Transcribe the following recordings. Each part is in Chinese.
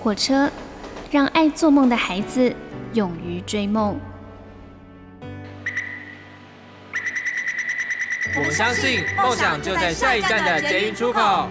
火车，让爱做梦的孩子勇于追梦。 我们相信梦想就在下一站的捷运出口。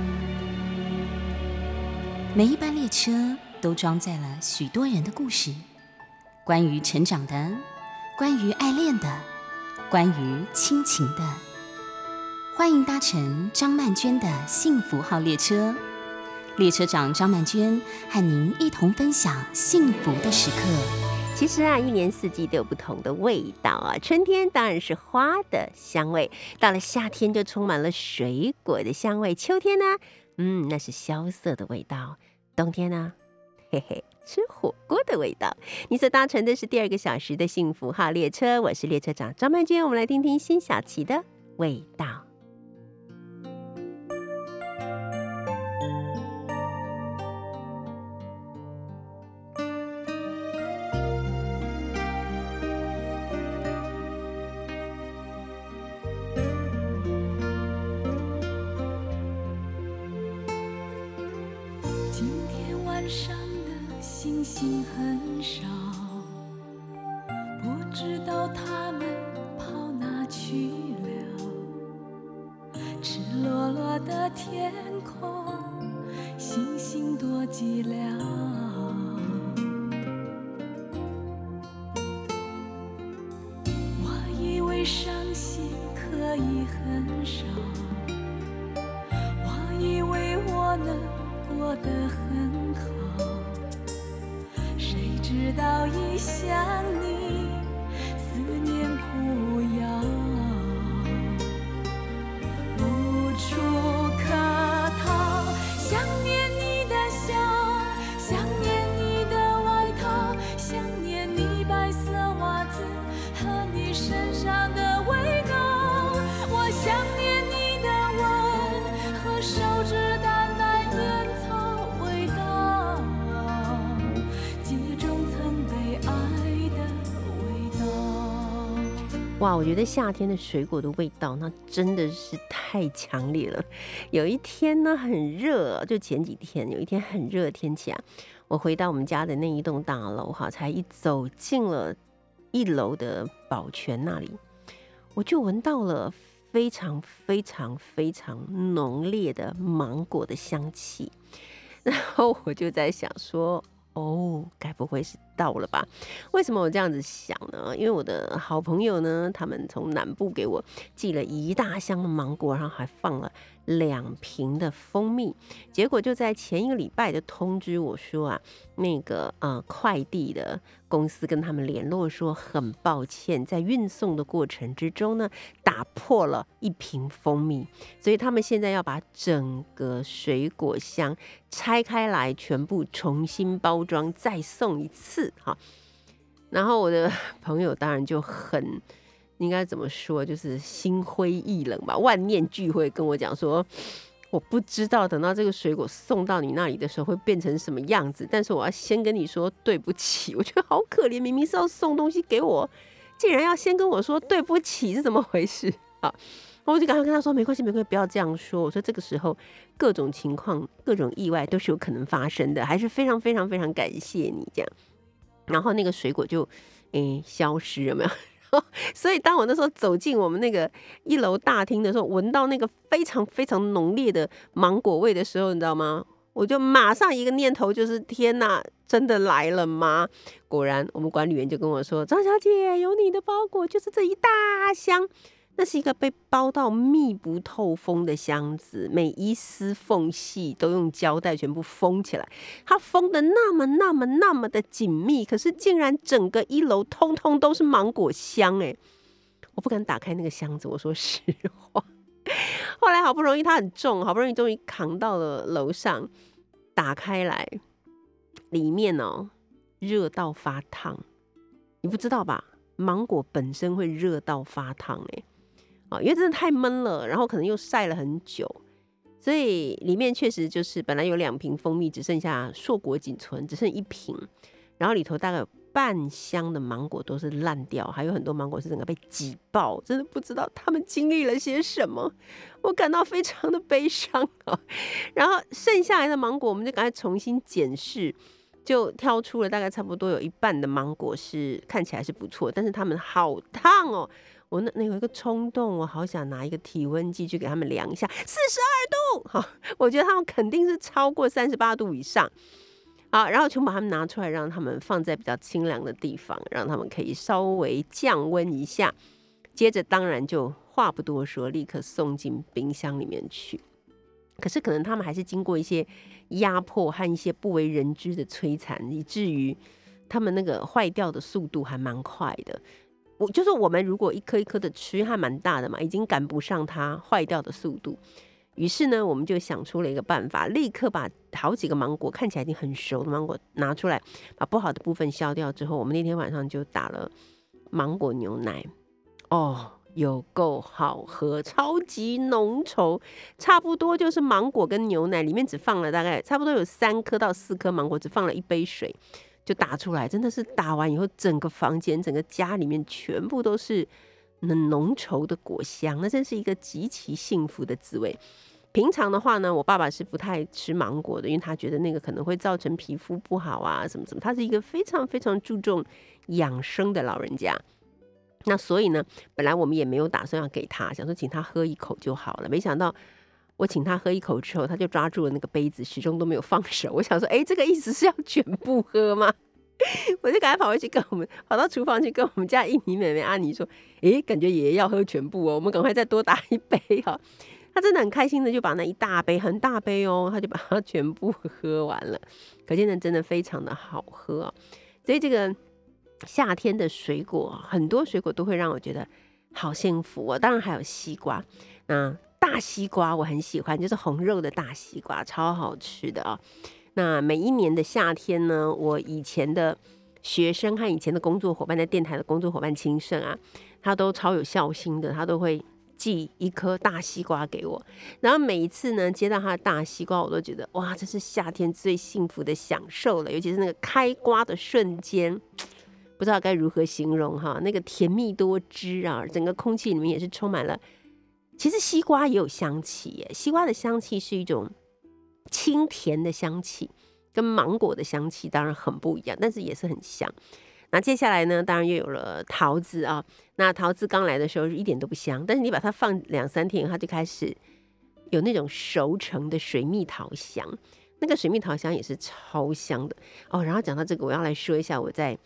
每一班列车都装载了许多人的故事，关于成长的，关于爱恋的，关于亲情的。欢迎搭乘张曼娟的幸福号列车，列车长张曼娟和您一同分享幸福的时刻。 其实啊，一年四季都有不同的味道啊。春天当然是花的香味，到了夏天就充满了水果的香味，秋天呢，那是萧瑟的味道，冬天呢，嘿嘿，吃火锅的味道。你所搭乘的是第2个小时的幸福号列车，我是列车长张曼娟，我们来听听辛晓琪的味道。 上的星星很少，不知道它们跑哪去了。赤裸裸的天空，星星多寂寥。我以为伤心可以很少，我以为我能过得很好，谁知道一想你，思念苦药，无处可逃。想念你的笑，想念你的外套，想念你白色袜子和你身上的味道。我想念你的吻和手指淡淡烟草味道，记忆中曾被爱的味道。 哇，我觉得夏天的水果的味道那真的是太强烈了。有一天呢很热，就前几天有一天很热的天气啊，我回到我们家的那一栋大楼哈，才一走进了1楼的保全那里，我就闻到了非常非常非常浓烈的芒果的香气，然后我就在想说，该不会是到了吧？为什么我这样子想呢？因为我的好朋友呢，他们从南部给我寄了一大箱的芒果，然后还放了2瓶的蜂蜜。结果就在前1个礼拜就通知我说啊，那个快递的公司跟他们联络说，很抱歉，在运送的过程之中呢，打破了1瓶蜂蜜，所以他们现在要把整个水果箱拆开来，全部重新包装，再送一次哈。然后我的朋友当然就很，应该怎么说，就是心灰意冷吧，万念俱灰，跟我讲说，我不知道等到这个水果送到你那里的时候会变成什么样子，但是我要先跟你说对不起。我觉得好可怜，明明是要送东西给我，竟然要先跟我说对不起，是怎么回事啊？我就赶快跟他说，没关系没关系，不要这样说。我说这个时候各种情况各种意外都是有可能发生的，还是非常非常非常感谢你这样。然后那个水果就消失了没有？所以当我那时候走进我们那个1楼大厅的时候，闻到那个非常非常浓烈的芒果味的时候，你知道吗？我就马上一个念头就是，天哪，真的来了吗？果然我们管理员就跟我说，张小姐，有你的包裹，就是这一大箱。那是一个被包到密不透风的箱子，每一丝缝隙都用胶带全部封起来，它封的那么的紧密，可是竟然整个1楼通通都是芒果香我不敢打开那个箱子，我说实话。后来好不容易它很重，好不容易终于扛到了楼上，打开来，里面热到发烫。你不知道吧？芒果本身会热到发烫因为真的太闷了，然后可能又晒了很久，所以里面确实就是本来有2瓶蜂蜜，只剩下硕果仅存，只剩1瓶，然后里头大概有半箱的芒果都是烂掉，还有很多芒果是整个被挤爆，真的不知道他们经历了些什么，我感到非常的悲伤啊。然后剩下来的芒果，我们就赶快重新检视，就挑出了大概差不多有一半的芒果是看起来是不错，但是他们好烫哦。我那有一个冲动，我好想拿一个体温计去给他们量一下，42度。好，我觉得他们肯定是超过38度以上。好，然后全部把它们拿出来，让他们放在比较清凉的地方，让他们可以稍微降温一下。接着当然就话不多说，立刻送进冰箱里面去。可是可能他们还是经过一些压迫和一些不为人知的摧残，以至于他们那个坏掉的速度还蛮快的。就是我们如果一颗一颗的吃，还蛮大的嘛，已经赶不上它坏掉的速度。于是呢，我们就想出了一个办法，立刻把好几个芒果看起来已经很熟的芒果拿出来，把不好的部分削掉之后，我们那天晚上就打了芒果牛奶。哦，有够好喝，超级浓稠，差不多就是芒果跟牛奶里面只放了大概差不多有3颗到4颗芒果，只放了1杯水就打出来，真的是打完以后，整个房间、整个家里面全部都是很浓稠的果香，那真是一个极其幸福的滋味。平常的话呢，我爸爸是不太吃芒果的，因为他觉得那个可能会造成皮肤不好啊，什么什么。他是一个非常非常注重养生的老人家。那所以呢，本来我们也没有打算要给他，想说请他喝一口就好了。没想到我请他喝一口之后，他就抓住了那个杯子，始终都没有放手。我想说，这个意思是要全部喝吗？我就赶快跑到厨房去跟我们家印尼妹妹阿妮说，感觉爷爷要喝全部哦，我们赶快再多打1杯哈。他真的很开心的就把那一大杯很大杯哦，他就把它全部喝完了，可见真的非常的好喝哦。所以这个夏天的水果，很多水果都会让我觉得好幸福哦。当然还有西瓜，那大西瓜我很喜欢，就是红肉的大西瓜，超好吃的哦。那每一年的夏天呢，我以前的学生和以前的工作伙伴，在电台的工作伙伴清盛啊，他都超有孝心的，他都会寄一颗大西瓜给我。然后每一次呢，接到他的大西瓜，我都觉得哇，这是夏天最幸福的享受了，尤其是那个开瓜的瞬间，不知道该如何形容哈，那个甜蜜多汁啊，整个空气里面也是充满了。其实西瓜也有香气耶，西瓜的香气是一种清甜的香气，跟芒果的香气当然很不一样，但是也是很香。那接下来呢，当然又有了桃子啊。那桃子刚来的时候一点都不香，但是你把它放2-3天，它就开始有那种熟成的水蜜桃香，那个水蜜桃香也是超香的哦。然后讲到这个，我要来说一下我在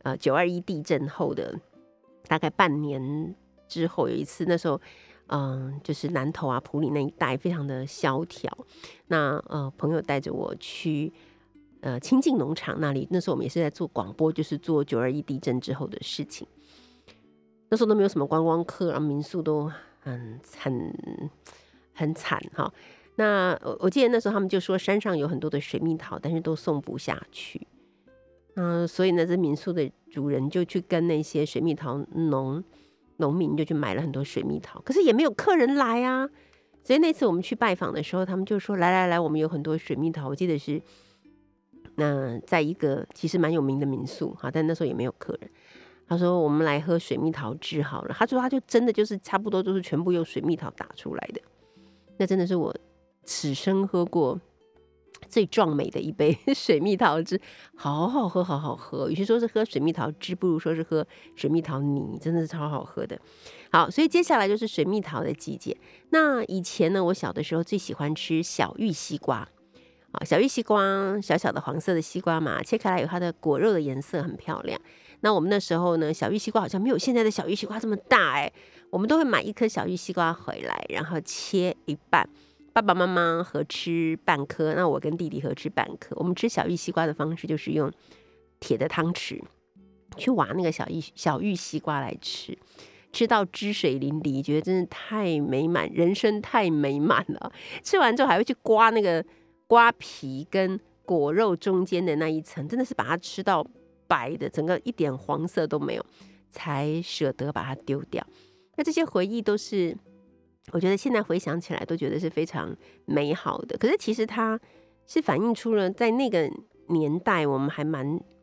921地震后的大概半年之后，有一次那时候就是南投啊埔里那一带非常的萧条，那朋友带着我去清境农场那里，那时候我们也是在做广播，就是做921地震之后的事情。那时候都没有什么观光客，然后民宿都很惨哈。那我记得那时候他们就说山上有很多的水蜜桃，但是都送不下去。所以呢，这民宿的主人就去跟那些水蜜桃农民就去买了很多水蜜桃，可是也没有客人来啊。所以那次我们去拜访的时候，他们就说来，我们有很多水蜜桃。我记得是在一个其实蛮有名的民宿，但那时候也没有客人。他说我们来喝水蜜桃汁好了。他说他就真的就是差不多都是全部用水蜜桃打出来的，那真的是我此生喝过最壮美的一杯水蜜桃汁，好好喝，好好喝。与其说是喝水蜜桃汁，不如说是喝水蜜桃泥，真的是超好喝的。好，所以接下来就是水蜜桃的季节。那以前呢，我小的时候最喜欢吃小玉西瓜。小玉西瓜，小小的黄色的西瓜嘛，切开来有它的果肉的颜色很漂亮。那我们那时候呢，小玉西瓜好像没有现在的小玉西瓜这么大我们都会买一颗小玉西瓜回来，然后切一半。爸爸妈妈合吃半颗，那我跟弟弟合吃半颗。我们吃小玉西瓜的方式就是用铁的汤匙去挖那个小玉西瓜来吃，吃到汁水淋漓，觉得真的太美满，人生太美满了。吃完之后还会去刮那个瓜皮跟果肉中间的那一层，真的是把它吃到白的，整个一点黄色都没有，才舍得把它丢掉。那这些回忆都是我觉得现在回想起来都觉得是非常美好的，可是其实它是反映出了在那个年代我们还蛮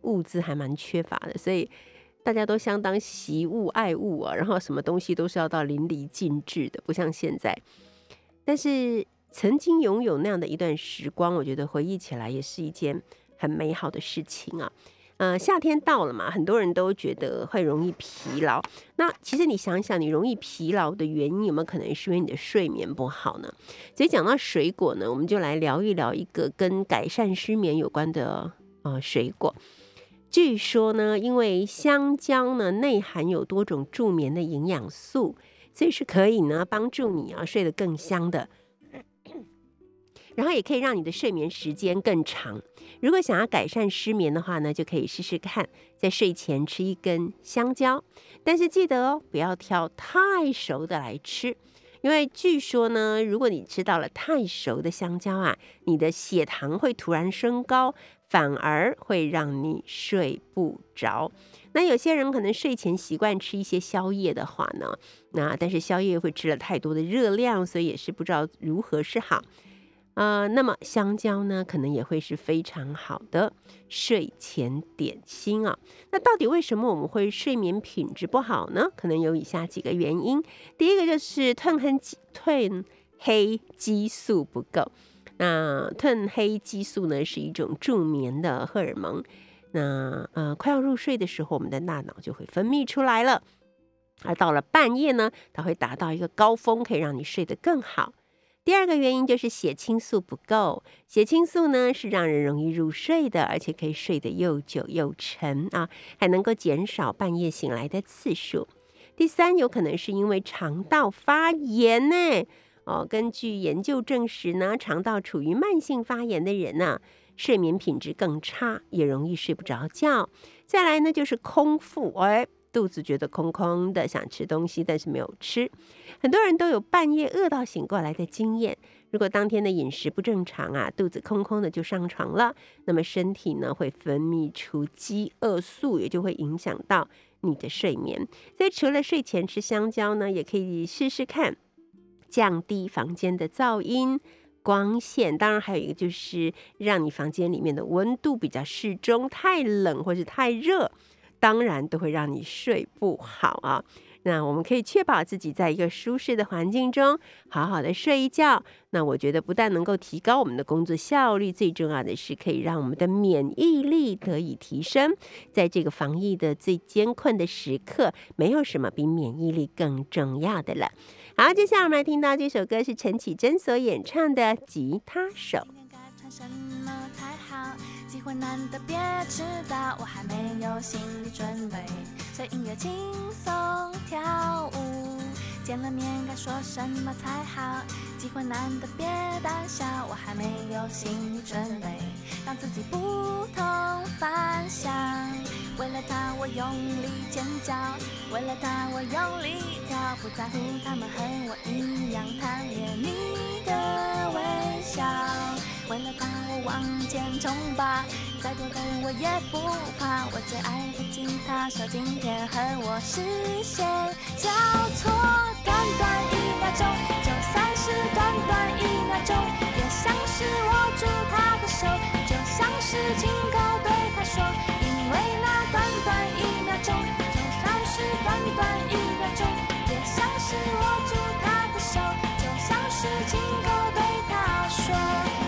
物资还蛮缺乏的，所以大家都相当惜物爱物啊，然后什么东西都是要到淋漓尽致的，不像现在。但是曾经拥有那样的一段时光，我觉得回忆起来也是一件很美好的事情啊。夏天到了嘛，很多人都觉得会容易疲劳。那其实你想想，你容易疲劳的原因有没有可能是因为你的睡眠不好呢？所以讲到水果呢，我们就来聊一聊一个跟改善失眠有关的水果。据说呢，因为香蕉呢内含有多种助眠的营养素，所以是可以呢帮助你睡得更香的。然后也可以让你的睡眠时间更长。如果想要改善失眠的话呢，就可以试试看，在睡前吃一根香蕉，但是记得不要挑太熟的来吃，因为据说呢，如果你吃到了太熟的香蕉啊，你的血糖会突然升高，反而会让你睡不着。那有些人可能睡前习惯吃一些宵夜的话呢，但是宵夜会吃了太多的热量，所以也是不知道如何是好。那么香蕉呢，可能也会是非常好的睡前点心啊。那到底为什么我们会睡眠品质不好呢？可能有以下几个原因。第一个就是褪黑激素不够。那褪黑激素呢，是一种助眠的荷尔蒙。那快要入睡的时候，我们的大脑就会分泌出来了。而到了半夜呢，它会达到一个高峰，可以让你睡得更好。第二个原因就是血清素不够。血清素呢是让人容易入睡的，而且可以睡得又久又沉啊，还能够减少半夜醒来的次数。第三，有可能是因为肠道发炎呢。根据研究证实呢，肠道处于慢性发炎的人呢，睡眠品质更差，也容易睡不着觉。再来呢，就是空腹，肚子觉得空空的，想吃东西，但是没有吃。很多人都有半夜饿到醒过来的经验。如果当天的饮食不正常啊，肚子空空的就上床了，那么身体呢会分泌出饥饿素，也就会影响到你的睡眠。所以除了睡前吃香蕉呢，也可以试试看降低房间的噪音、光线，当然还有一个就是让你房间里面的温度比较适中，太冷或是太热当然都会让你睡不好啊。那我们可以确保自己在一个舒适的环境中好好的睡一觉。那我觉得不但能够提高我们的工作效率，最重要的是可以让我们的免疫力得以提升。在这个防疫的最艰困的时刻，没有什么比免疫力更重要的了。好，接下来我们来听到这首歌是陈绮贞所演唱的《吉他手》。 什么才好？机会难得别迟到，我还没有心理准备，随音乐轻松跳舞。见了面该说什么才好？机会难得别胆小，我还没有心理准备，让自己不同凡响。为了他我用力尖叫，为了他我用力跳，不在乎他们和我一样贪恋你的微笑。为了他我往前冲吧，再多的人我也不怕，我最爱的吉他手今天和我视线交错，短短1秒钟，就算是短短1秒钟，也像是握住他的手，就像是亲口对他说，因为那短短1秒钟，就算是短短1秒钟，也像是握住他的手，就像是亲口对他说。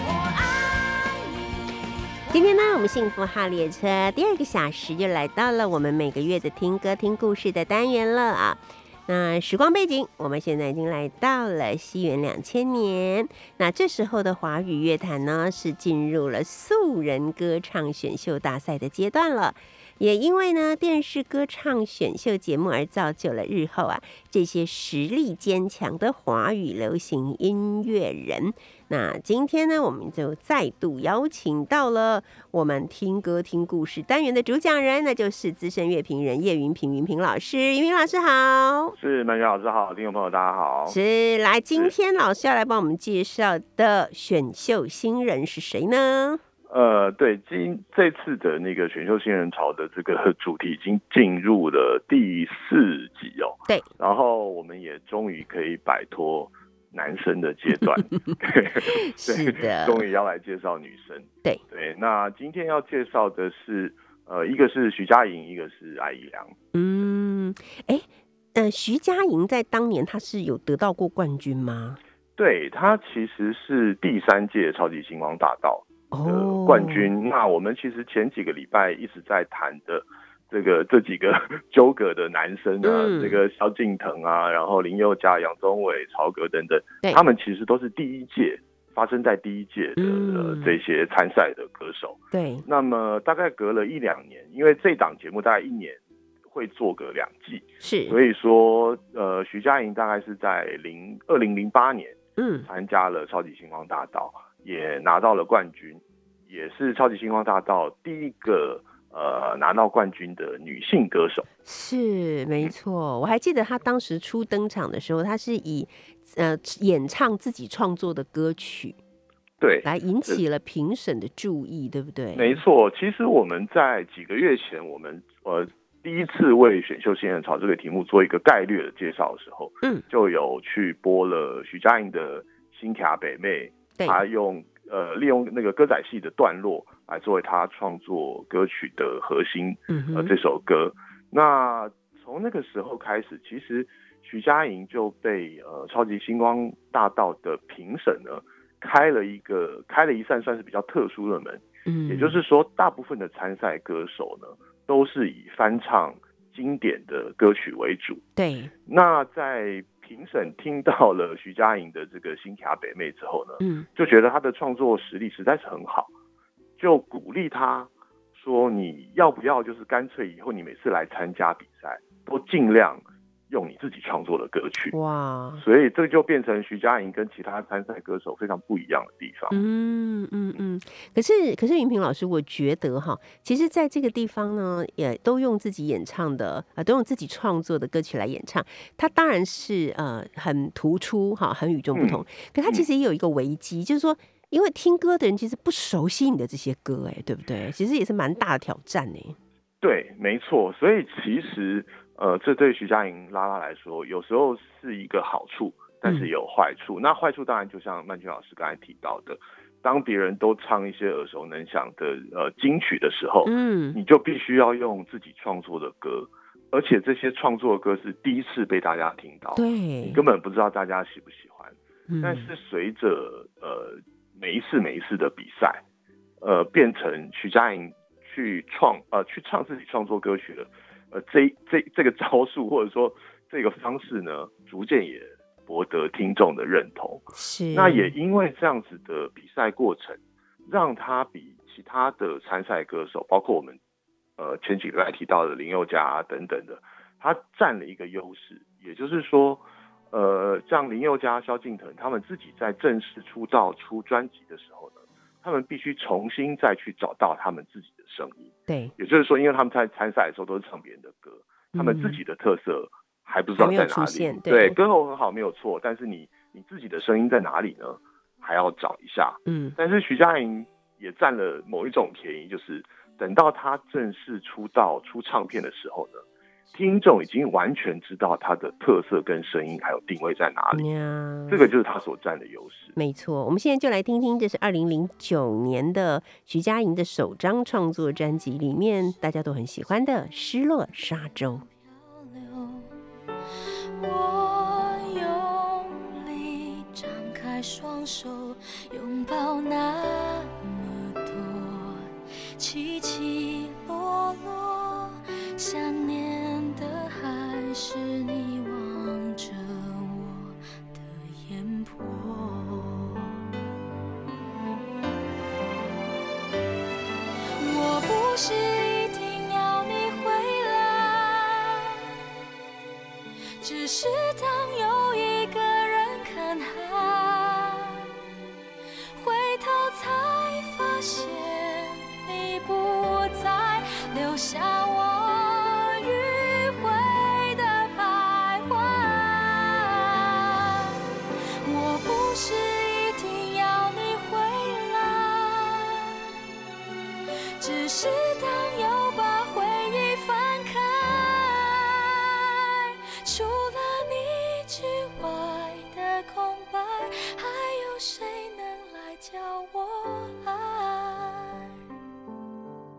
今天呢，我们幸福号列车第2个小时就来到了我们每个月的听歌听故事的单元了啊。那时光背景，我们现在已经来到了西元2000年。那这时候的华语乐坛呢，是进入了素人歌唱选秀大赛的阶段了。也因为呢电视歌唱选秀节目而造就了日后啊这些实力坚强的华语流行音乐人。那今天呢，我们就再度邀请到了我们听歌听故事单元的主讲人，那就是资深乐评人叶云平老师。云平老师好。 是，曼娟老师好，听众朋友大家好。 是，来，今天老师要来帮我们介绍的选秀新人是谁呢？ 对，这次的那个选秀新人潮的这个主题已经进入了第4集哦。 对， 然后我们也终于可以摆脱男生的阶段， 是的， 终于要来介绍女生。 对， 那今天要介绍的是一个是徐佳莹，一个是艾怡良。 徐佳莹在当年她是有得到过冠军吗？ 对，她其实是第3届超级星光大道的冠军。那我们其实前几个礼拜一直在谈的这几个纠葛的男生啊，这个萧敬腾啊，然后林宥嘉、杨宗纬、曹格等等，他们其实都是发生在第一届的这些参赛的歌手。 对， 那么大概隔了1-2年，因为这档节目大概1年会做个2季， 是， 所以说徐佳莹大概是在2008年参加了超级星光大道，也拿到了冠军，也是超级星光大道第一个拿到冠军的女性歌手。 是没错，我还记得她当时初登场的时候，她是以演唱自己创作的歌曲， 对， 来引起了评审的注意，对不对？ 没错，其实我们在几个月前，我们第一次为选秀新人潮这个题目做一个概略的介绍的时候，就有去播了徐佳莹的《新卡北妹》，她利用那个歌仔戏的段落来作为她创作歌曲的核心，这首歌。那从那个时候开始，其实徐佳莹就被超级星光大道的评审呢开了一扇算是比较特殊的门，也就是说，大部分的参赛歌手呢都是以翻唱经典的歌曲为主。 对， 那在评审听到了徐佳莹的这个《新卡北妹》之后呢，就觉得她的创作实力实在是很好，就鼓励她说：“你要不要就是干脆以后你每次来参加比赛，都尽量用你自己创作的歌曲。”哇！所以这就变成徐佳莹跟其他参赛歌手非常不一样的地方。 可是云平老师，我觉得哈，其实在这个地方呢，也都用自己演唱的都用自己创作的歌曲来演唱，它当然是很突出哈，很与众不同。可它其实也有一个危机，就是说，因为听歌的人其实不熟悉你的这些歌，对不对？其实也是蛮大的挑战呢。 对，没错。所以其实这对徐佳莹拉拉来说，有时候是一个好处，但是也有坏处。那坏处当然就像曼君老师刚才提到的，当别人都唱一些耳熟能详的金曲的时候，你就必须要用自己创作的歌，而且这些创作的歌是第一次被大家听到， 对， 你根本不知道大家喜不喜欢。但是随着每一次的比赛，变成徐佳莹去唱自己创作歌曲的这个招数或者说这个方式呢，逐渐也博得听众的认同。 是， 那也因为这样子的比赛过程，让他比其他的参赛歌手，包括我们前几个月提到的林宥嘉等等的，他占了一个优势。也就是说，像林宥嘉、萧敬腾他们自己在正式出道出专辑的时候呢，他们必须重新再去找到他们自己的声音。 对， 也就是说，因为他们在参赛的时候都是唱别人的歌，他们自己的特色还不知道在哪里。对，歌喉很好没有错，但是你自己的声音在哪里呢？还要找一下。但是徐佳莹也占了某一种便宜，就是等到她正式出道出唱片的时候呢，听众已经完全知道她的特色跟声音还有定位在哪里。这个就是她所占的优势。 没错，我们现在就来听听，这是2009年的徐佳莹的首张创作专辑里面大家都很喜欢的《失落沙洲》。 我用力张开双手，拥抱那么多起起落落，想念的还是你望着我的眼波。我不是一定要你回来，只是当有一个人看海，回头才发现你不在，留下我迂回的徘徊。我不是一定要你回来，只是当有把回忆翻开，除了你之外的空白，还有谁能来教我爱？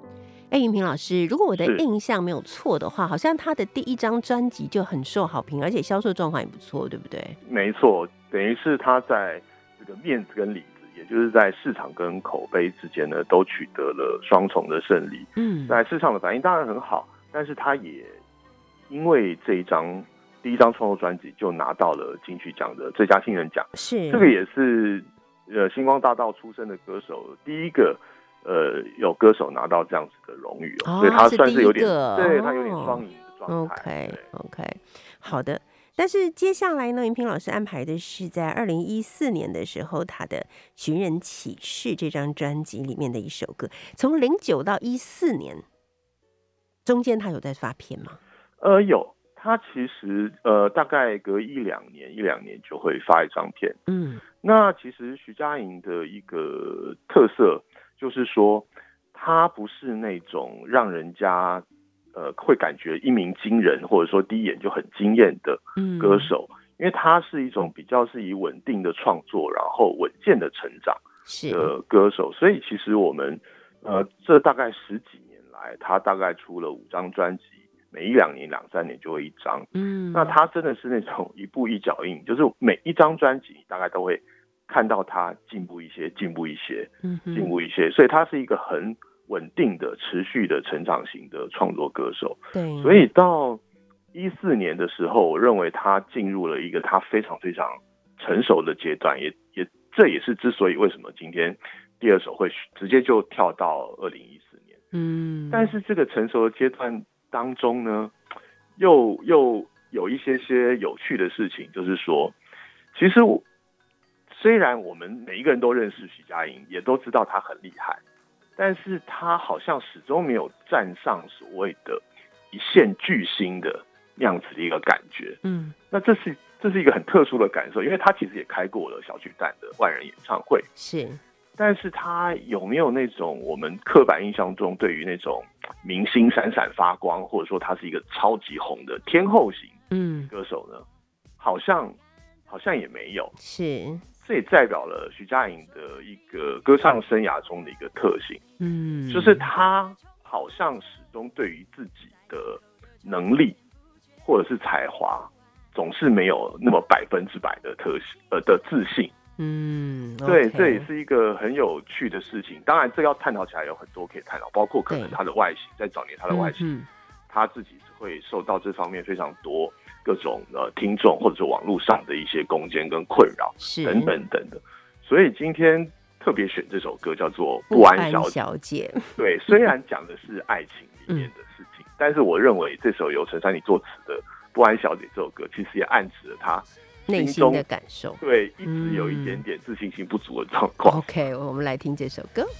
云平老师，如果我的印象没有错的话，好像他的第一张专辑就很受好评，而且销售状况也不错，对不对？ 没错，等于是他在这个面子跟里子，也就是在市场跟口碑之间呢，都取得了双重的胜利。在市场的反应当然很好，但是他也因为第一张创作专辑就拿到了金曲奖的最佳新人奖。是，这个也是星光大道出身的歌手第一个有歌手拿到这样子的荣誉所以他算是有点对他有点双赢的状态。 OK， 好的。但是接下来呢，云平老师安排的是在2014年的时候，他的《寻人启事》这张专辑里面的一首歌。从09到14年中间，他有在发片吗？ 有，他其实大概隔一两年就会发一张片。那其实徐佳莹的一个特色就是说，他不是那种让人家会感觉一鸣惊人，或者说第一眼就很惊艳的歌手，因为他是一种比较是以稳定的创作，然后稳健的成长的歌手，所以其实我们这大概10几年来，他大概出了5张专辑，每一两年、2、3年就会一张。那他真的是那种一步一脚印，就是每一张专辑大概都会看到他进步一些，所以他是一个很稳定的、持续的成长型的创作歌手。对，所以到14年的时候，我认为他进入了一个他非常非常成熟的阶段，这也是之所以为什么今天第二首会直接就跳到2014年。但是这个成熟的阶段当中呢，又有一些有趣的事情，就是说，其实虽然我们每一个人都认识徐佳莹，也都知道她很厉害，但是她好像始终没有站上所谓的一线巨星的那样子的一个感觉。那这是一个很特殊的感受，因为她其实也开过了小巨蛋的万人演唱会，但是她有没有那种我们刻板印象中对于那种明星闪闪发光，或者说她是一个超级红的天后型歌手呢？好像也没有。这也代表了徐佳莹的一个歌唱生涯中的一个特性。就是她好像始终对于自己的能力或者是才华，总是没有那么100%的自信。对，这也是一个很有趣的事情。当然，这要探讨起来有很多可以探讨，包括可能他的外形，在早年他的外形，他自己会受到这方面非常多各种听众或者是网络上的一些攻坚跟困扰等等等的。所以今天特别选这首歌叫做《不安小姐》。对，虽然讲的是爱情里面的事情，但是我认为这首由陈珊妮作词的《不安小姐》这首歌，其实也暗指了她内心的感受。 对，一直有一点点自信心不足的状况。 OK， 我们来听这首歌。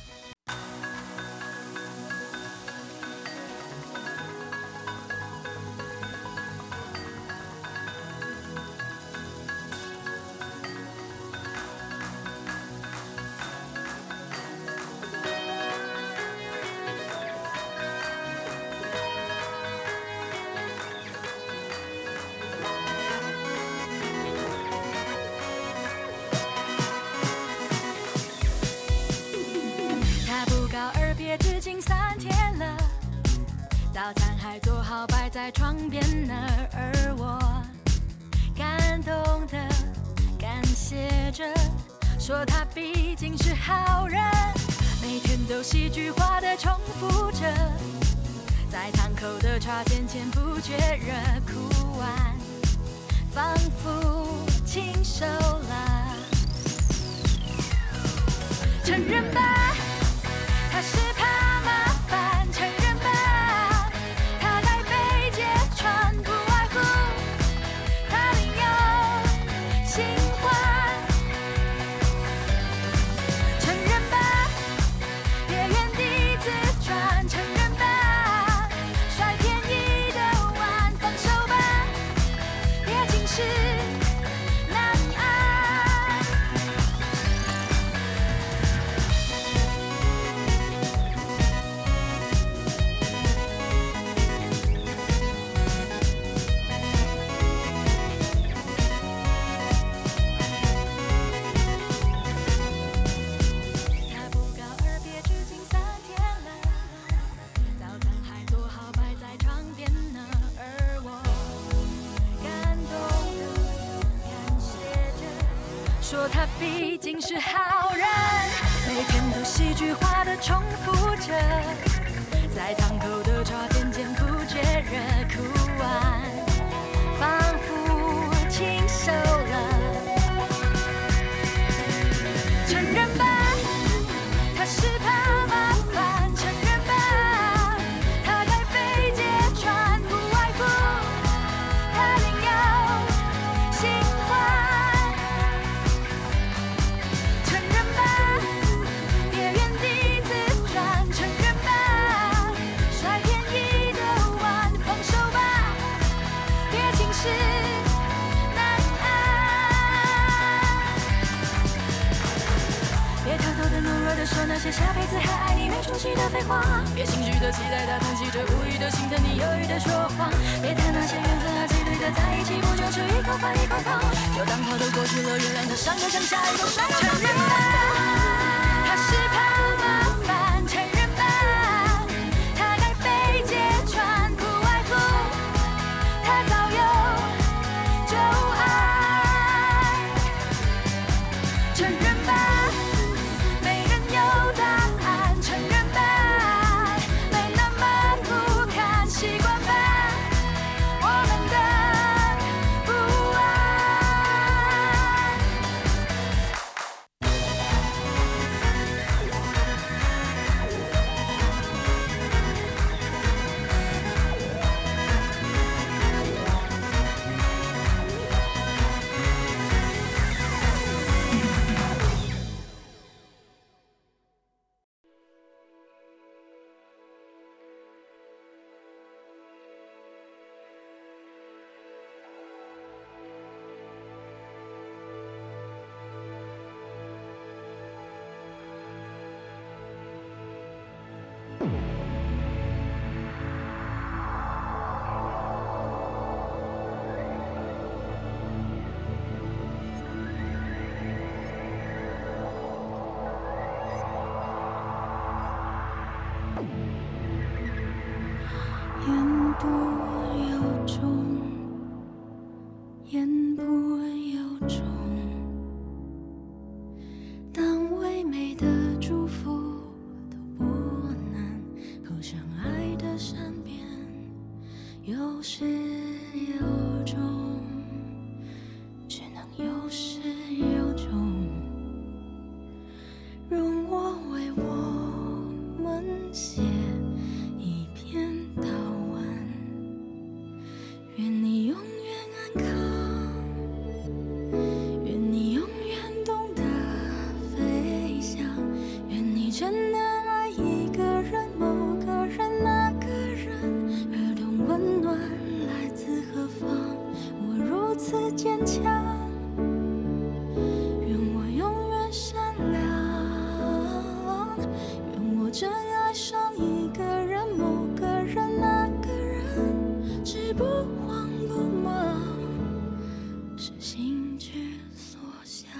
早餐还做好摆在床边呢，而我感动的感谢着，说他毕竟是好人，每天都戏剧化的重复着，在堂口的茶间前不觉热哭完，仿佛亲手了。承认吧，他是怕麻烦，承认吧，他该被揭穿，不外乎他另有新欢。承认吧，别原地自转，承认吧，甩便宜的碗，放手吧，别尽是难安。 他毕竟是好人，每天都戏剧化的重复着，在堂口的茶点间不觉热哭完，仿佛亲手了。承认吧，他是怕麻烦，承认吧，他该被揭穿，不外乎他另有新欢。承认吧，别原地自转，承认吧，甩便宜的碗，放手吧，别轻视难安。别偷偷的懦弱的说那些下辈子还爱你没出息的废话，别心虚的期待他疼惜着无语的心疼你犹豫的说谎，别谈那些缘分和几率的在一起，不就吃一口饭一口汤，就当他都过去了，原谅他伤口像下一个伤。承认吧，他是怕麻烦，承认吧，他该被揭穿，不外乎他早有旧爱。承认吧，没人有答案，承认吧，没那么不堪，习惯吧我们的不安。言不由衷，言不由衷，当唯美的祝福都不能扣上爱的善变，有始有终，只能有始有终。容我为我们写一篇祷文，愿你永远安康，愿你永远懂得飞翔，愿你真的爱一个人，某个人，那个人，而懂温暖来自何方。我如此坚强，愿我永远善良，愿我真爱上一个人，某个人，那个人，只不慌不忙，是心之所向。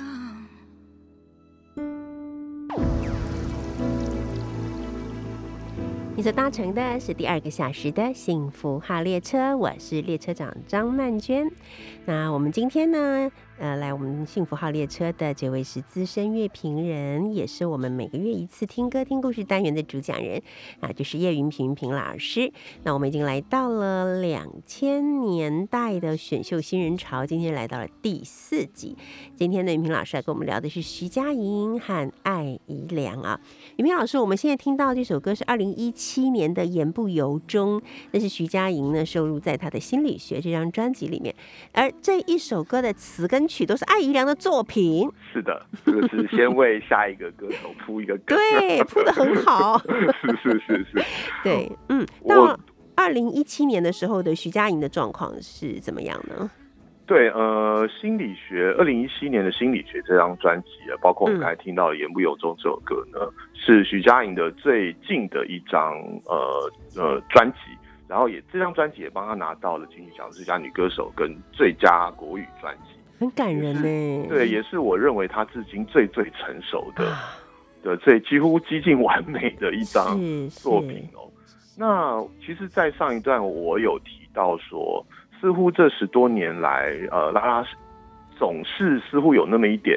你所搭乘的是第2个小时的幸福号列车，我是列车长张曼娟。那我们今天呢，来我们幸福号列车的这位是资深乐评人，也是我们每个月一次听歌听故事单元的主讲人啊，就是叶云平老师。那我们已经来到了2000年代的选秀新人潮，今天来到了第4集。今天的云平老师来跟我们聊的是徐佳莹和艾怡良啊。云平老师，我们现在听到这首歌是2017年的《言不由衷》，那是徐佳莹呢收录在她的《心理学》这张专辑里面，而这一首歌的词跟曲都是艾怡良的作品。 是的，这个是先为下一个歌手铺一个梗， 对，铺得很好。 是， 对，到2017年的时候的徐佳莹的状况是怎么样呢？ 对，心理学，2017年的心理学这张专辑，包括我们刚才听到的《言不由衷》这首歌呢，是徐佳莹的最近的一张专辑，然后这张专辑也帮她拿到了金曲奖最佳女歌手跟最佳国语专辑， 很感人呢。 对，也是我认为她至今最成熟的最几乎接近完美的一张作品哦。那其实，在上一段我有提到说，似乎这10多年来，拉拉总是似乎有那么一点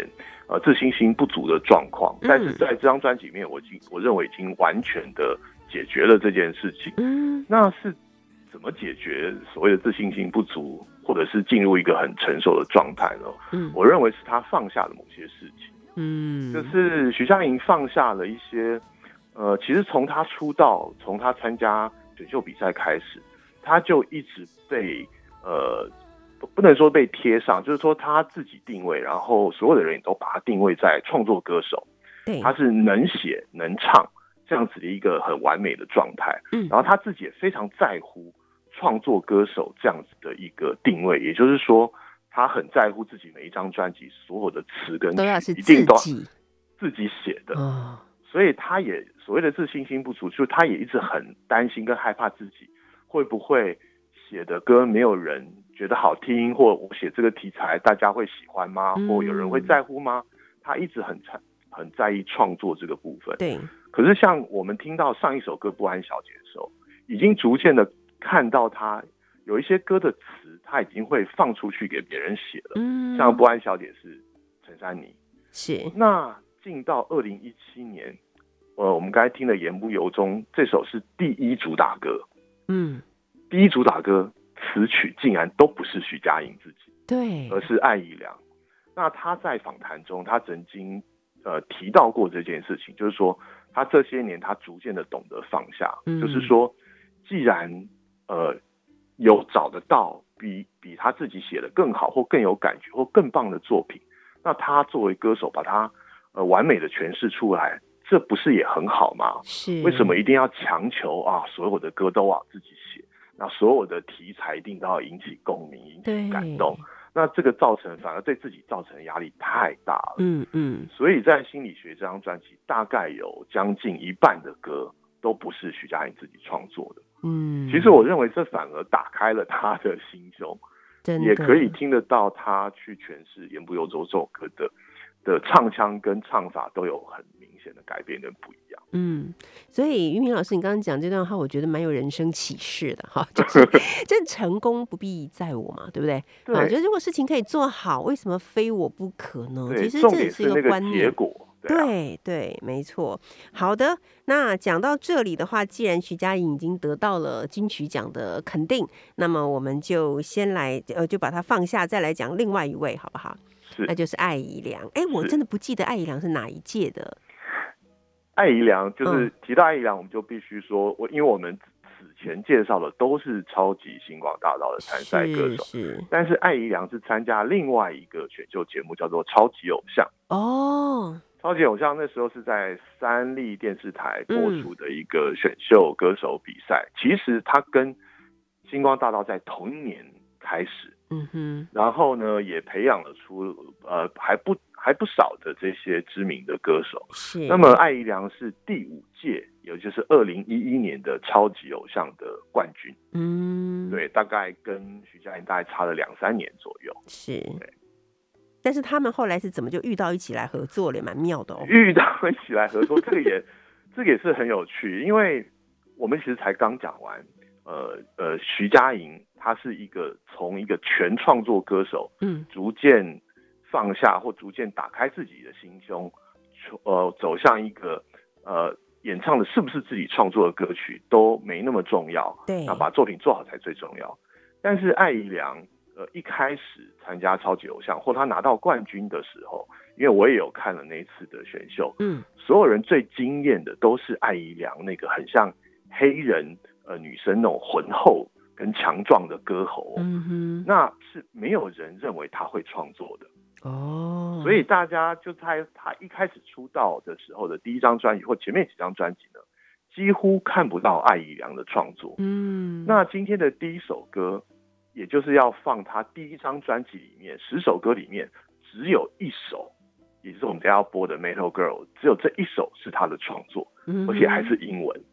自信心不足的状况，但是在这张专辑里面，我认为已经完全的解决了这件事情。那是怎么解决所谓的自信心不足，或者是进入一个很成熟的状态呢？我认为是他放下了某些事情。就是徐佳莹放下了一些，其实从他出道，从他参加选秀比赛开始，他就一直被不能说被贴上，就是说他自己定位，然后所有的人也都把他定位在创作歌手，他是能写能唱这样子的一个很完美的状态。然后他自己也非常在乎创作歌手这样子的一个定位，也就是说他很在乎自己每一张专辑所有的词跟曲一定都自己写的。所以他也所谓的自信心不足，就是他也一直很担心跟害怕自己会不会写的歌没有人觉得好听，或我写这个题材大家会喜欢吗？或有人会在乎吗？他一直很在意创作这个部分。对。可是像我们听到上一首歌《不安小姐》的时候，已经逐渐的看到他有一些歌的词，他已经会放出去给别人写了。像《不安小姐》是陈珊妮。是。那进到2017年，我们刚才听的《言不由衷》这首是第一主打歌。第一主打歌词曲竟然都不是徐佳莹自己，对，而是艾怡良。那他在访谈中，他曾经提到过这件事情，就是说他这些年他逐渐的懂得放下，就是说既然有找得到比他自己写的更好或更有感觉或更棒的作品，那他作为歌手把他完美的诠释出来，这不是也很好吗？是，为什么一定要强求啊？所有的歌都要自己写？那所有的题材一定都要引起共鸣、引起感动，那这个反而对自己造成的压力太大了。所以在心理学这张专辑，大概有将近一半的歌都不是徐佳莹自己创作的。其实我认为这反而打开了他的心胸，也可以听得到他去诠释《言不由衷》这首歌的唱腔跟唱法都有很明显的改变跟不一样。 所以俞敏老师，你刚刚讲这段话，我觉得蛮有人生启示的哈，就是这成功不必在我嘛，对不对？对，就是如果事情可以做好，为什么非我不可呢？其实这也是一个观念。结果。对，没错。好的，那讲到这里的话，既然徐佳莹已经得到了金曲奖的肯定，那么我们就先来就把它放下，再来讲另外一位，好不好？那就是艾怡良。我真的不记得艾怡良是哪一届的。 艾怡良就是提到艾怡良，我们就必须说，因为我们此前介绍的都是超级星光大道的参赛歌手，但是艾怡良是参加另外一个选秀节目，叫做《超级偶像》。超级偶像那时候是在三立电视台播出的一个选秀歌手比赛，其实他跟星光大道在同一年开始。然后呢，也培养了出还不少的这些知名的歌手。那么艾怡良是第5届，也就是2011年的超级偶像的冠军。对，大概跟徐佳莹大概差了2-3年左右。对。 但是他们后来是怎么就遇到一起来合作了，也蛮妙的哦。 遇到一起来合作，这个也是很有趣，因为我们其实才刚讲完，徐佳莹她是从一个全创作歌手，逐渐放下或逐渐打开自己的心胸，走向一个演唱的是不是自己创作的歌曲都没那么重要，对，那把作品做好才最重要。但是艾怡良一开始参加超级偶像或他拿到冠军的时候，因为我也有看了那一次的选秀，所有人最惊艳的都是艾怡良那个很像黑人女生那种浑厚跟强壮的歌喉，那是没有人认为他会创作的。所以大家就在他一开始出道的时候的第一张专辑或前面几张专辑呢，几乎看不到艾怡良的创作。那今天的第一首歌，也就是要放他第一张专辑里面10首歌里面只有1首，也就是我们等一下要播的 Metal Girl， 只有这1首是他的创作，而且还是英文。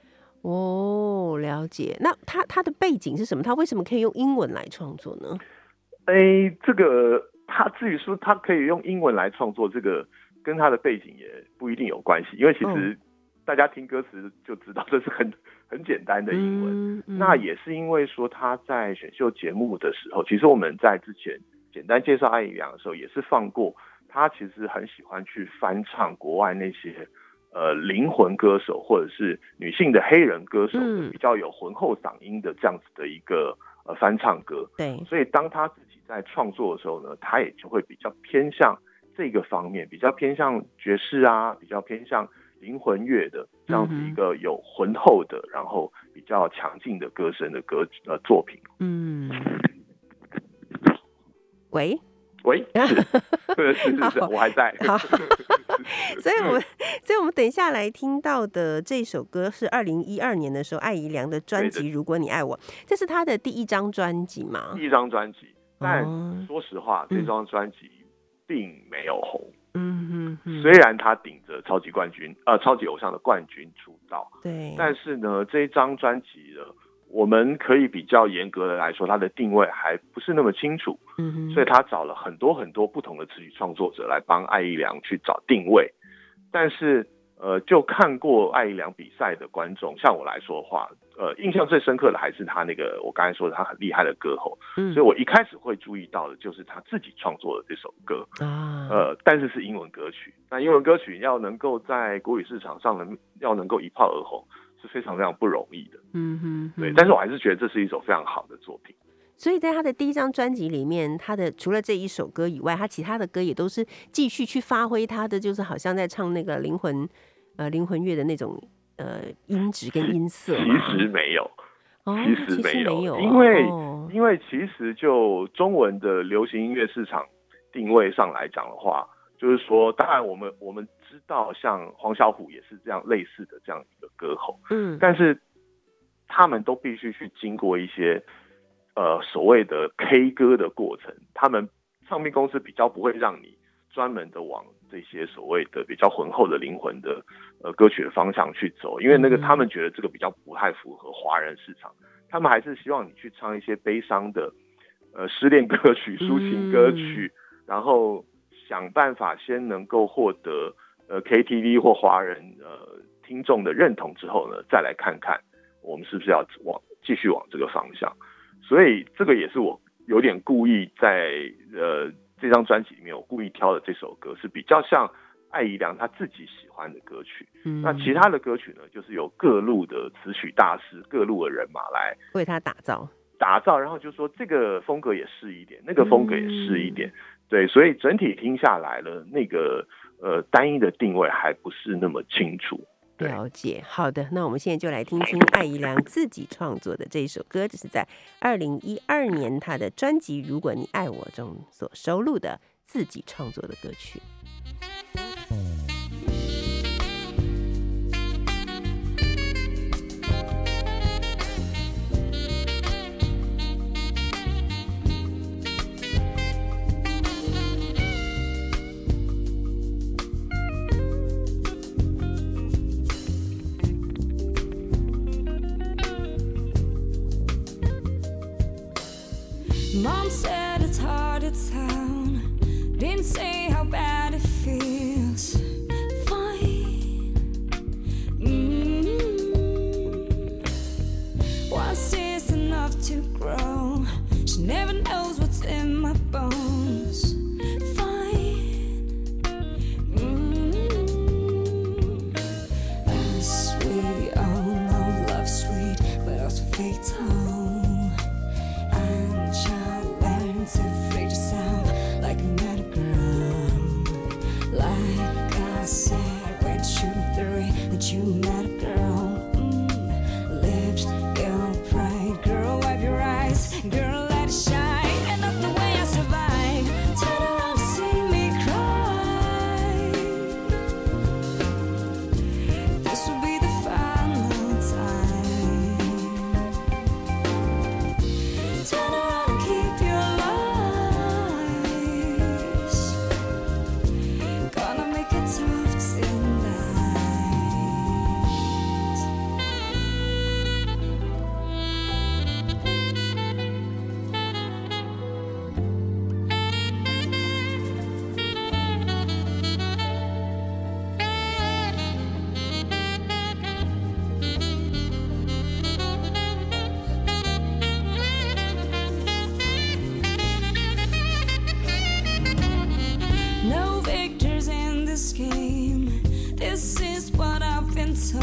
了解。那他的背景是什么？他为什么可以用英文来创作呢？ 这个他至于说他可以用英文来创作，这个跟他的背景也不一定有关系，因为其实大家听歌词就知道这是很简单的英文。那也是因为说他在选秀节目的时候，其实我们在之前简单介绍艾怡良的时候也是放过他其实很喜欢去翻唱国外那些灵魂歌手或者是女性的黑人歌手的比较有浑厚嗓音的这样子的一个翻唱歌。 对， 所以当他自己在创作的时候呢，他也就会比较偏向这个方面，比较偏向爵士啊，比较偏向灵魂乐的这样子一个有浑厚的，然后比较强劲的歌声的作品。 喂， 是，我还在。 好，所以我们等一下来听到的这首歌是2012年的时候艾怡良的专辑《如果你爱我》，这是他的第一张专辑吗？ 第一张专辑，但说实话，这张专辑并没有红。虽然他顶着超级偶像的冠军出道， 对， 但是呢，这一张专辑呢，我们可以比较严格的来说，它的定位还不是那么清楚。所以他找了很多很多不同的词曲创作者来帮艾怡良去找定位。但是就看过艾怡良比赛的观众，像我来说的话，印象最深刻的还是他那个我刚才说的他很厉害的歌喉。所以我一开始会注意到的就是他自己创作的这首歌。但是是英文歌曲。那英文歌曲要能够在国语市场上要能够一炮而红，是非常非常不容易的。对，但是我还是觉得这是一首非常好的作品。 所以在他的第一张专辑里面，他的除了这一首歌以外，他其他的歌也都是继续去发挥他的，就是好像在唱那个灵魂乐的那种音质跟音色。 其实没有，其实没有，因为其实就中文的流行音乐市场定位上来讲的话，就是说，当然我们知道，像黄小琥也是这样类似的这样一个歌喉，但是他们都必须去经过一些所谓的 K 歌的过程，他们唱片公司比较不会让你专门的往这些所谓的比较浑厚的灵魂的歌曲的方向去走，因为那个他们觉得这个比较不太符合华人市场，他们还是希望你去唱一些悲伤的失恋歌曲、抒情歌曲，然后想办法先能够获得KTV 或华人听众的认同之后呢，再来看看我们是不是要继续往这个方向。所以这个也是我有点故意在这张专辑里面我故意挑的这首歌，是比较像艾怡良他自己喜欢的歌曲。那其他的歌曲呢，就是由各路的词曲大师、各路的人马来为他打造， 然后就说这个风格也试一点，那个风格也试一点。对，所以整体听下来了，那个单一的定位还不是那么清楚。 了解，好的，那我们现在就来听听艾怡良自己创作的这一首歌，这是在2012年他的专辑《如果你爱我》中所收录的自己创作的歌曲。 Mom said it's hard to tell, didn't say how bad it feels. 凑。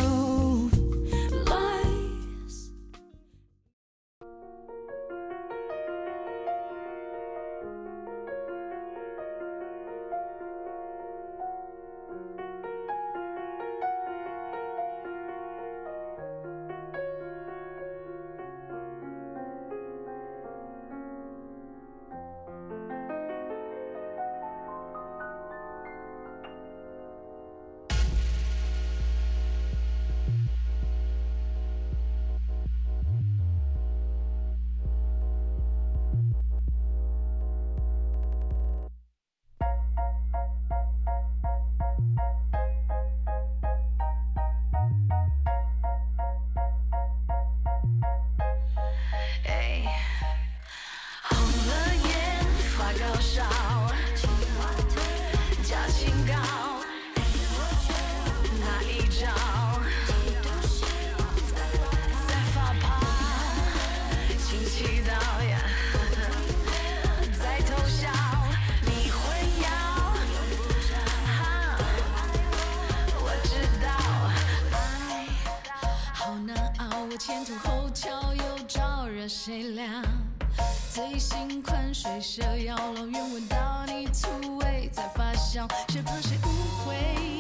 前凸后翘又招惹谁凉？最新款水蛇腰，老远闻到你粗味在发酵，谁怕谁误会？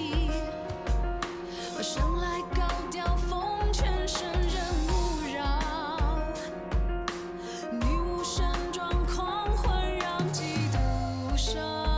我生来高调，风全身人勿扰，女巫盛装狂欢让嫉妒烧。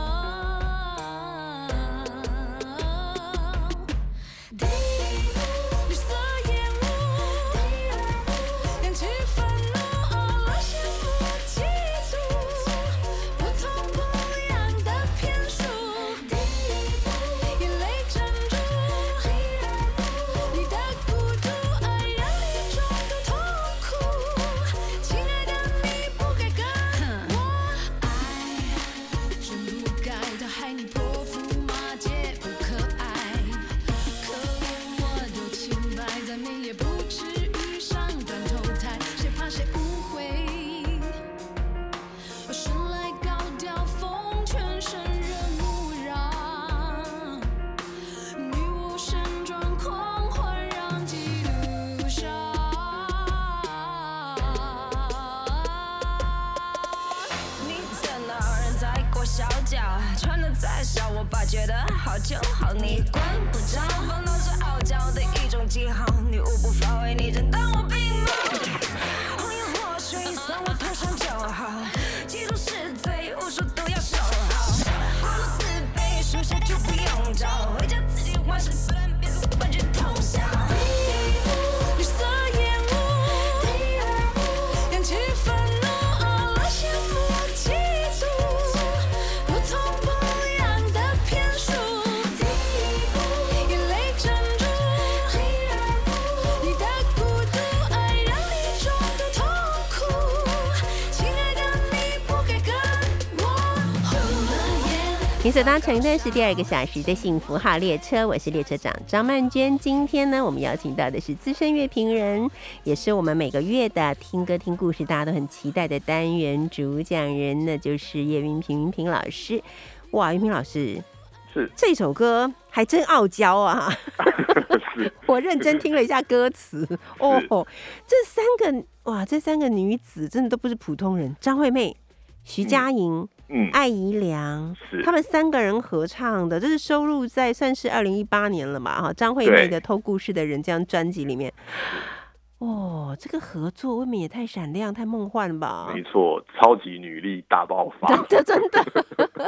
穿得再少，我爸觉得好就好，你管不着。烦恼是傲娇的一种记号，你无不发威，你真当我病吗？红颜祸水算我头上就好，记住是罪，无数都要守好。过度自卑，属下就不用找，回家自己换身，不然别做玩具通宵。绿色烟雾，扬起愤怒，熬了羡慕嫉妒。你所搭乘的是第2个小时的幸福号列车，我是列车长张曼娟。今天呢，我们邀请到的是资深乐评人，也是我们每个月的听歌听故事大家都很期待的单元主讲人，那就是叶云平老师。哇，云平老师， 是这首歌还真傲娇啊！我认真听了一下歌词哦，这三个女子真的都不是普通人，张惠妹、徐佳莹。艾怡良，他们3个人合唱的，这是收录在算是2018年了嘛？哈，张惠妹的《偷故事的人》这张专辑里面。哦，这个合作未免也太闪亮、太梦幻了吧？ 没错，超级女力大爆发， 真的。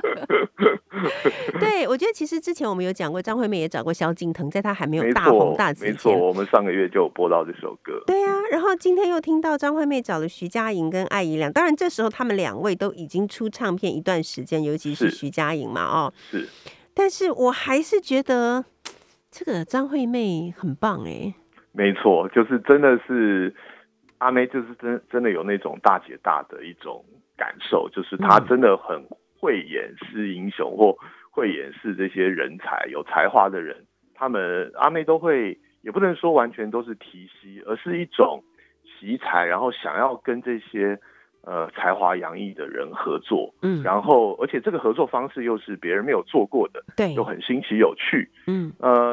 对，我觉得其实之前我们有讲过，张惠妹也找过萧敬腾，在她还没有大红大紫前， 没错，我们上个月就有播到这首歌。 对啊，然后今天又听到张惠妹找了徐佳莹跟艾怡良，当然这时候他们2位都已经出唱片一段时间，尤其是徐佳莹嘛，哦， 是。 但是我还是觉得这个张惠妹很棒哎。 没错，就是真的是阿妹，就是真的有那种大姐大的一种感受，就是她真的很会演示英雄，或会演示这些人才有才华的人，他们阿妹都会，也不能说完全都是提携，而是一种惜才，然后想要跟这些才华洋溢的人合作，然后而且这个合作方式又是别人没有做过的， 对， 又很新奇有趣，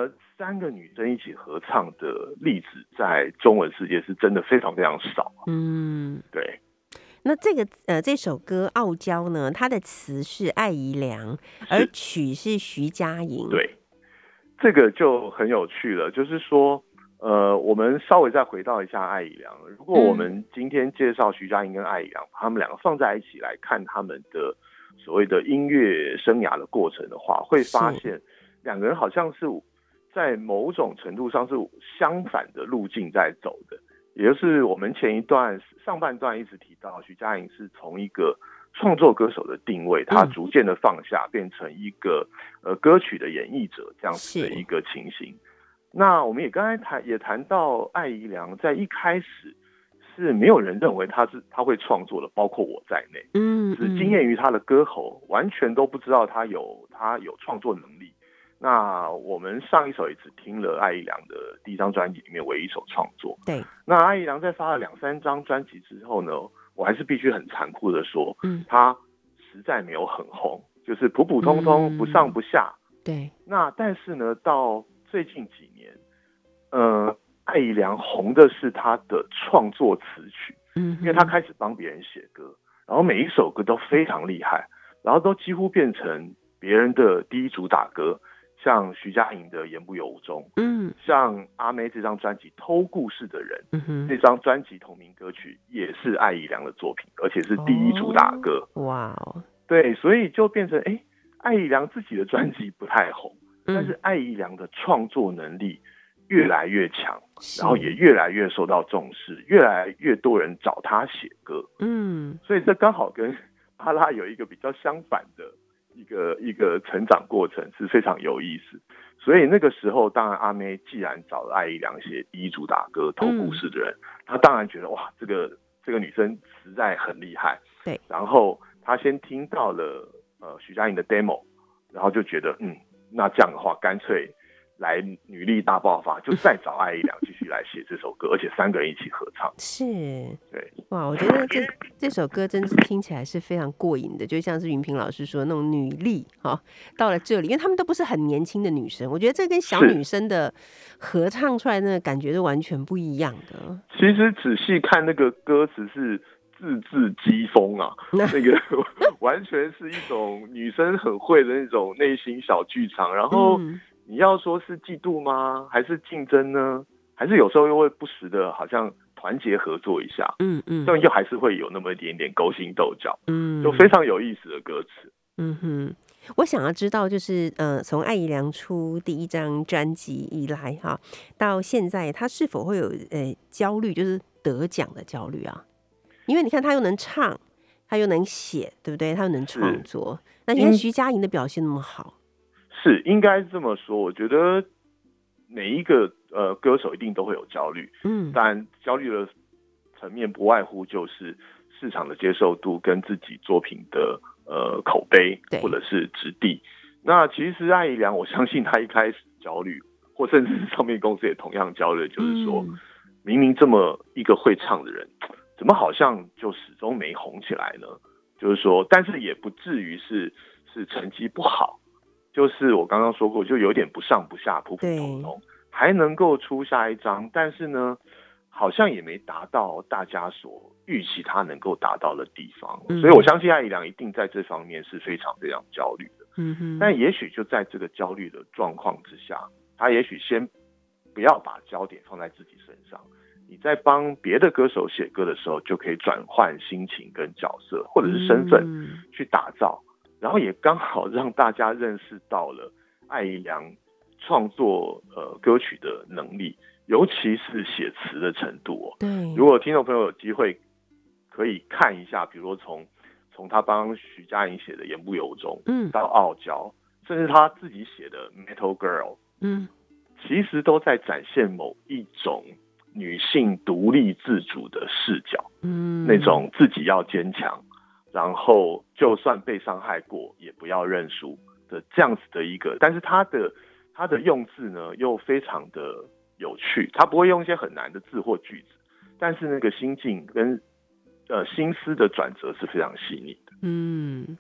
3个女生一起合唱的例子，在中文世界是真的非常非常少。对。 那这首歌《傲娇》呢，它的词是艾怡良，而曲是徐佳莹。 对，这个就很有趣了，就是说，我们稍微再回到一下艾怡良。如果我们今天介绍徐佳莹跟艾怡良，把他们两个放在一起来看他们的所谓的音乐生涯的过程的话，会发现两个人好像是在某种程度上是相反的路径在走的。也就是我们前一段上半段一直提到，徐佳莹是从一个创作歌手的定位，他逐渐的放下，变成一个歌曲的演绎者这样子的一个情形。那我们也刚才谈到艾怡良在一开始是没有人认为他会创作的，包括我在内，是惊艳于他的歌喉，完全都不知道他有创作能力。那我们上一首也只听了艾怡良的第一张专辑里面唯一一首创作。 对。 那艾怡良在发了2-3张专辑之后呢，我还是必须很残酷的说，他实在没有很红，就是普普通通，不上不下。 对。 那但是呢，到最近几年，艾怡良红的是他的创作词曲，因为他开始帮别人写歌，然后每一首歌都非常厉害，然后都几乎变成别人的第一主打歌。像徐佳莹的《言不由衷》，像阿妹这张专辑《偷故事的人》，这张专辑同名歌曲也是艾怡良的作品，而且是第一主打歌。 哇哦， 对，所以就变成艾怡良自己的专辑不太红，但是艾怡良的创作能力越来越强，然后也越来越受到重视，越来越多人找他写歌。所以这刚好跟阿拉有一个比较相反的一个成长过程，是非常有意思。所以那个时候，当然阿妹既然找了艾怡良写第一主打歌《偷故事的人》，她当然觉得哇，这个女生实在很厉害。 对。然后她先听到了徐佳莹的 demo， 然后就觉得那这样的话，干脆来女力大爆发，就再找艾怡良继续来写这首歌，而且3个人一起合唱。 是。 对。 哇，我觉得这首歌真是听起来是非常过瘾的，就像是云平老师说的那种女力到了这里，因为他们都不是很年轻的女生，我觉得这跟小女生的合唱出来的感觉是完全不一样的。 其实仔细看那个歌词是字字讥讽啊，那个完全是一种女生很会的那种内心小剧场。然后你要说是嫉妒吗？还是竞争呢？还是有时候又会不时的好像团结合作一下，但又还是会有那么一点点勾心斗角，就非常有意思的歌词。 我想要知道，就是从艾怡良出第一张专辑以来到现在，他是否会有焦虑，就是得奖的焦虑啊？因为你看他又能唱，他又能写，对不对？他又能创作。那你看徐佳莹的表现那么好， 是应该这么说。我觉得每一个歌手一定都会有焦虑，但焦虑的层面不外乎就是市场的接受度跟自己作品的口碑或者是质地。那其实艾怡良，我相信他一开始焦虑，或甚至唱片公司也同样焦虑，就是说明明这么一个会唱的人，怎么好像就始终没红起来呢？就是说，但是也不至于是成绩不好，就是我刚刚说过，就有点不上不下，普普通通，还能够出下一张，但是呢，好像也没达到大家所预期他能够达到的地方。所以我相信艾怡良一定在这方面是非常非常焦虑的。但也许就在这个焦虑的状况之下，他也许先不要把焦点放在自己身上，你在帮别的歌手写歌的时候，就可以转换心情跟角色或者是身份去打造，然后也刚好让大家认识到了艾怡良创作歌曲的能力，尤其是写词的程度。 对， 如果听众朋友有机会可以看一下，比如说从他帮徐佳莹写的《言不由衷》到《傲娇》，甚至他自己写的《Metal Girl》，其实都在展现某一种女性独立自主的视角，那种自己要坚强，然后就算被伤害过也不要认输的这样子的一个。但是他的用字呢又非常的有趣，他不会用一些很难的字或句子，但是那个心境跟心思的转折是非常细腻的。 对，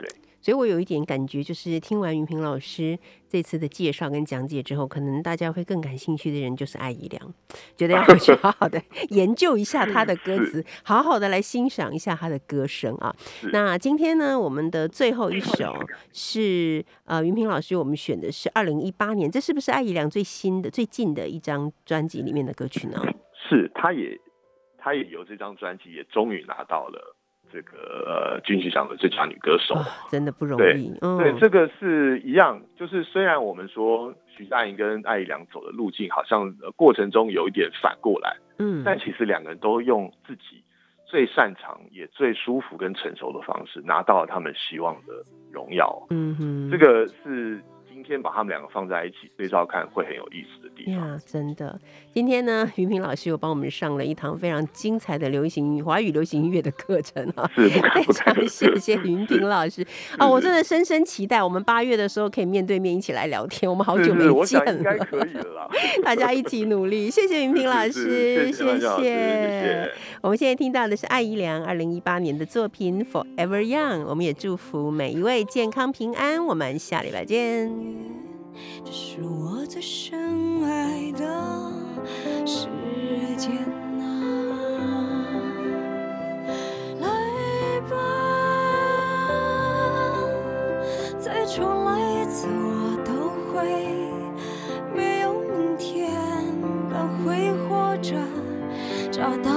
所以我有一点感觉，就是听完云平老师这次的介绍跟讲解之后，可能大家会更感兴趣的人就是艾怡良，觉得要回去好好的研究一下他的歌词，好好的来欣赏一下他的歌声啊。那今天呢，我们的最后一首是云平老师我们选的是2018年，这是不是艾怡良最新的最近的一张专辑里面的歌曲呢？ 是，他也由这张专辑也终于拿到了这个金曲奖的最佳女歌手， 真的不容易。 对，这个是一样，就是虽然我们说徐佳莹跟艾怡良走的路径好像过程中有一点反过来，但其实两个人都用自己最擅长也最舒服跟成熟的方式拿到了他们希望的荣耀。这个是今天把他们两个放在一起对照看会很有意思的地方呀，真的。今天呢，云平老师有帮我们上了一堂非常精彩的华语流行音乐的课程啊， 是不敢非常谢谢云平老师啊！我真的深深期待我们8月的时候可以面对面一起来聊天，我们好久没见了， 我想应该可以了啦。 大家一起努力，谢谢云平老师，谢谢。我们现在听到的是艾怡良2018年的作品《Forever Young》，我们也祝福每一位健康平安，我们下礼拜见。 这是我最深爱的时间啊，来吧，再重来一次我都会，没有明天，但会活着找到